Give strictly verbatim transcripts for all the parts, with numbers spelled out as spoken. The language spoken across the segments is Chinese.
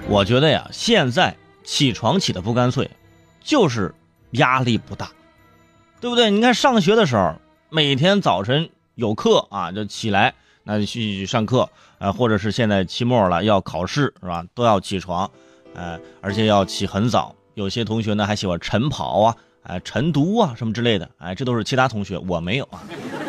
我觉得呀，现在起床起的不干脆，就是压力不大，对不对？你看上学的时候，每天早晨有课啊，就起来，那就去上课，呃，或者是现在期末了要考试是吧，都要起床，呃，而且要起很早。有些同学呢还喜欢晨跑啊，呃，晨读啊什么之类的，哎，这都是其他同学，我没有啊。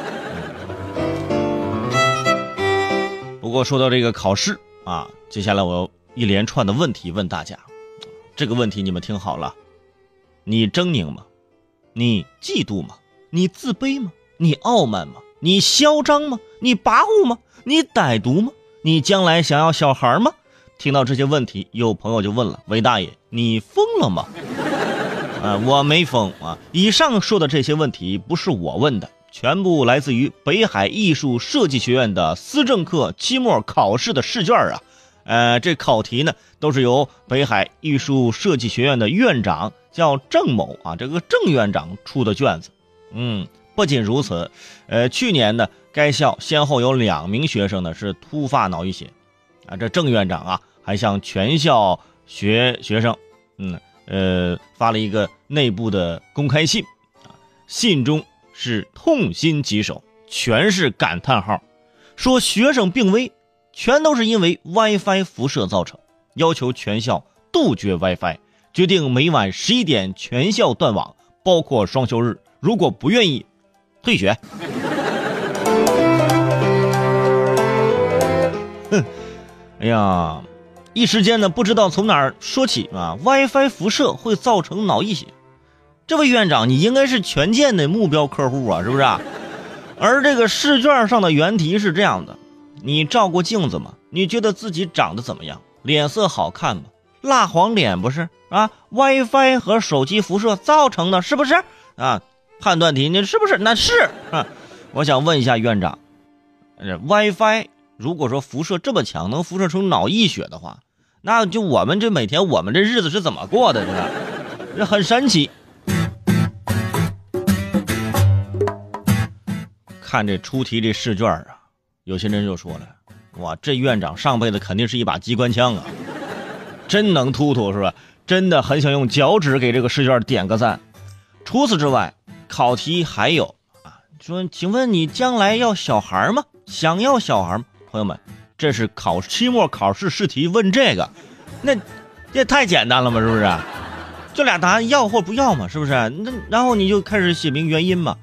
不过说到这个考试啊，接下来我有一连串的问题问大家，这个问题你们听好了：你狰狞吗？你嫉妒吗？你自卑吗？你傲慢吗？你嚣张吗？你跋扈吗？你歹毒吗？你将来想要小孩吗？听到这些问题，有朋友就问了：韦大爷，你疯了吗？啊，我没疯啊！以上说的这些问题不是我问的，全部来自于北海艺术设计学院的思政课期末考试的试卷啊。呃，这考题呢都是由北海艺术设计学院的院长叫郑某啊，这个郑院长出的卷子。嗯，不仅如此，呃，去年呢，该校先后有两名学生呢是突发脑溢血啊，这郑院长啊还向全校学学生，嗯呃发了一个内部的公开信啊，信中是痛心疾首，全是感叹号，说学生病危全都是因为 WiFi 辐射造成，要求全校杜绝 WiFi， 决定每晚十一点全校断网，包括双休日，如果不愿意退学。哼，哎呀，一时间呢不知道从哪儿说起啊 ，WiFi 辐射会造成脑溢血。这位院长，你应该是权健的目标客户啊，是不是啊？而这个试卷上的原题是这样的：你照过镜子吗？你觉得自己长得怎么样？脸色好看吗？蜡黄脸不是啊 ？WiFi 和手机辐射造成的，是不是啊？判断题你是不是？那是啊。我想问一下院长，呃 WiFi 如果说辐射这么强，能辐射成脑溢血的话，那就我们这每天我们这日子是怎么过的？这这很神奇。看这出题这试卷啊，有些人就说了，哇，这院长上辈子肯定是一把机关枪啊，真能突突是吧？真的很想用脚趾给这个试卷点个赞。除此之外，考题还有啊，说请问你将来要小孩吗？想要小孩吗？朋友们，这是考期末考试试题问这个，那这太简单了嘛，是不是？这俩答案要或不要嘛，是不是？那然后你就开始写明原因嘛。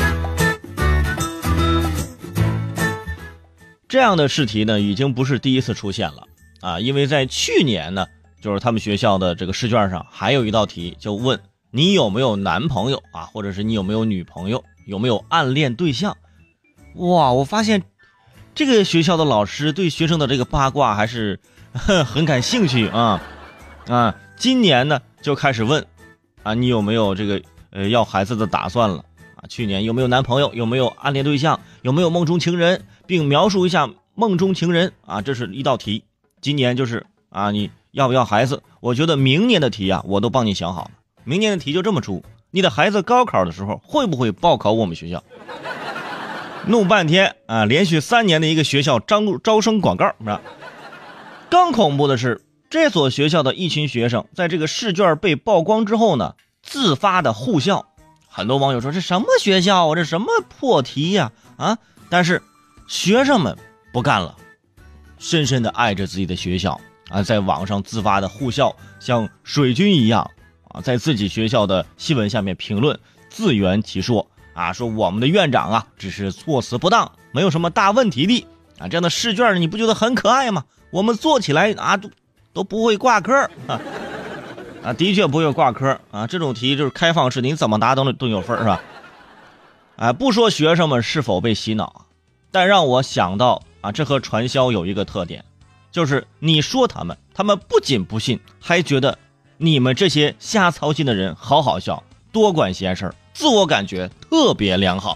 这样的试题呢，已经不是第一次出现了啊，因为在去年呢，就是他们学校的这个试卷上还有一道题，就问你有没有男朋友啊，或者是你有没有女朋友，有没有暗恋对象。哇，我发现这个学校的老师对学生的这个八卦还是很感兴趣啊啊！今年呢就开始问啊，你有没有这个呃要孩子的打算了啊？去年有没有男朋友，有没有暗恋对象，有没有梦中情人，并描述一下梦中情人啊，这是一道题。今年就是啊，你要不要孩子？我觉得明年的题啊，我都帮你想好了。明年的题就这么出：你的孩子高考的时候会不会报考我们学校？弄半天啊，连续三年的一个学校招招生广告是吧？更恐怖的是，这所学校的一群学生在这个试卷被曝光之后呢，自发的护校。很多网友说这什么学校啊，这什么破题呀 啊, 啊！但是学生们不干了，深深的爱着自己的学校啊，在网上自发的护校，像水军一样啊，在自己学校的新闻下面评论，自圆其说啊，说我们的院长啊只是措辞不当，没有什么大问题的啊。这样的试卷你不觉得很可爱吗？我们做起来啊都都不会挂科啊。啊，的确不会挂科啊！这种题就是开放式，你怎么答都都有分是吧？啊，不说学生们是否被洗脑，但让我想到啊，这和传销有一个特点，就是你说他们，他们不仅不信，还觉得你们这些瞎操心的人好好笑，多管闲事，自我感觉特别良好。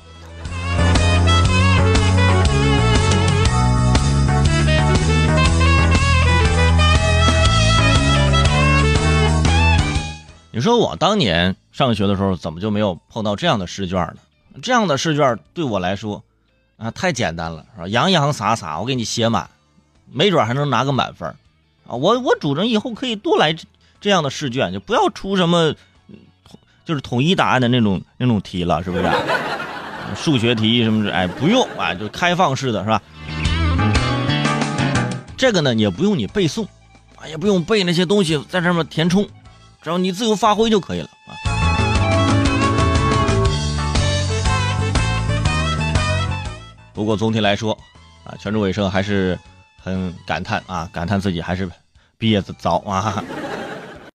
你说我当年上学的时候怎么就没有碰到这样的试卷呢？这样的试卷对我来说啊太简单了，是吧？洋洋洒洒我给你写满，没准还能拿个满分。 啊，我我主张以后可以多来这样的试卷，就不要出什么就是统一答案的那种那种题了，是不是？数学题什么的，哎，不用啊，就开放式的是吧？这个呢也不用你背诵啊，也不用背那些东西在上面填充，只要你自由发挥就可以了啊。不过总体来说啊，全州卫生还是很感叹啊，感叹自己还是毕业的早啊。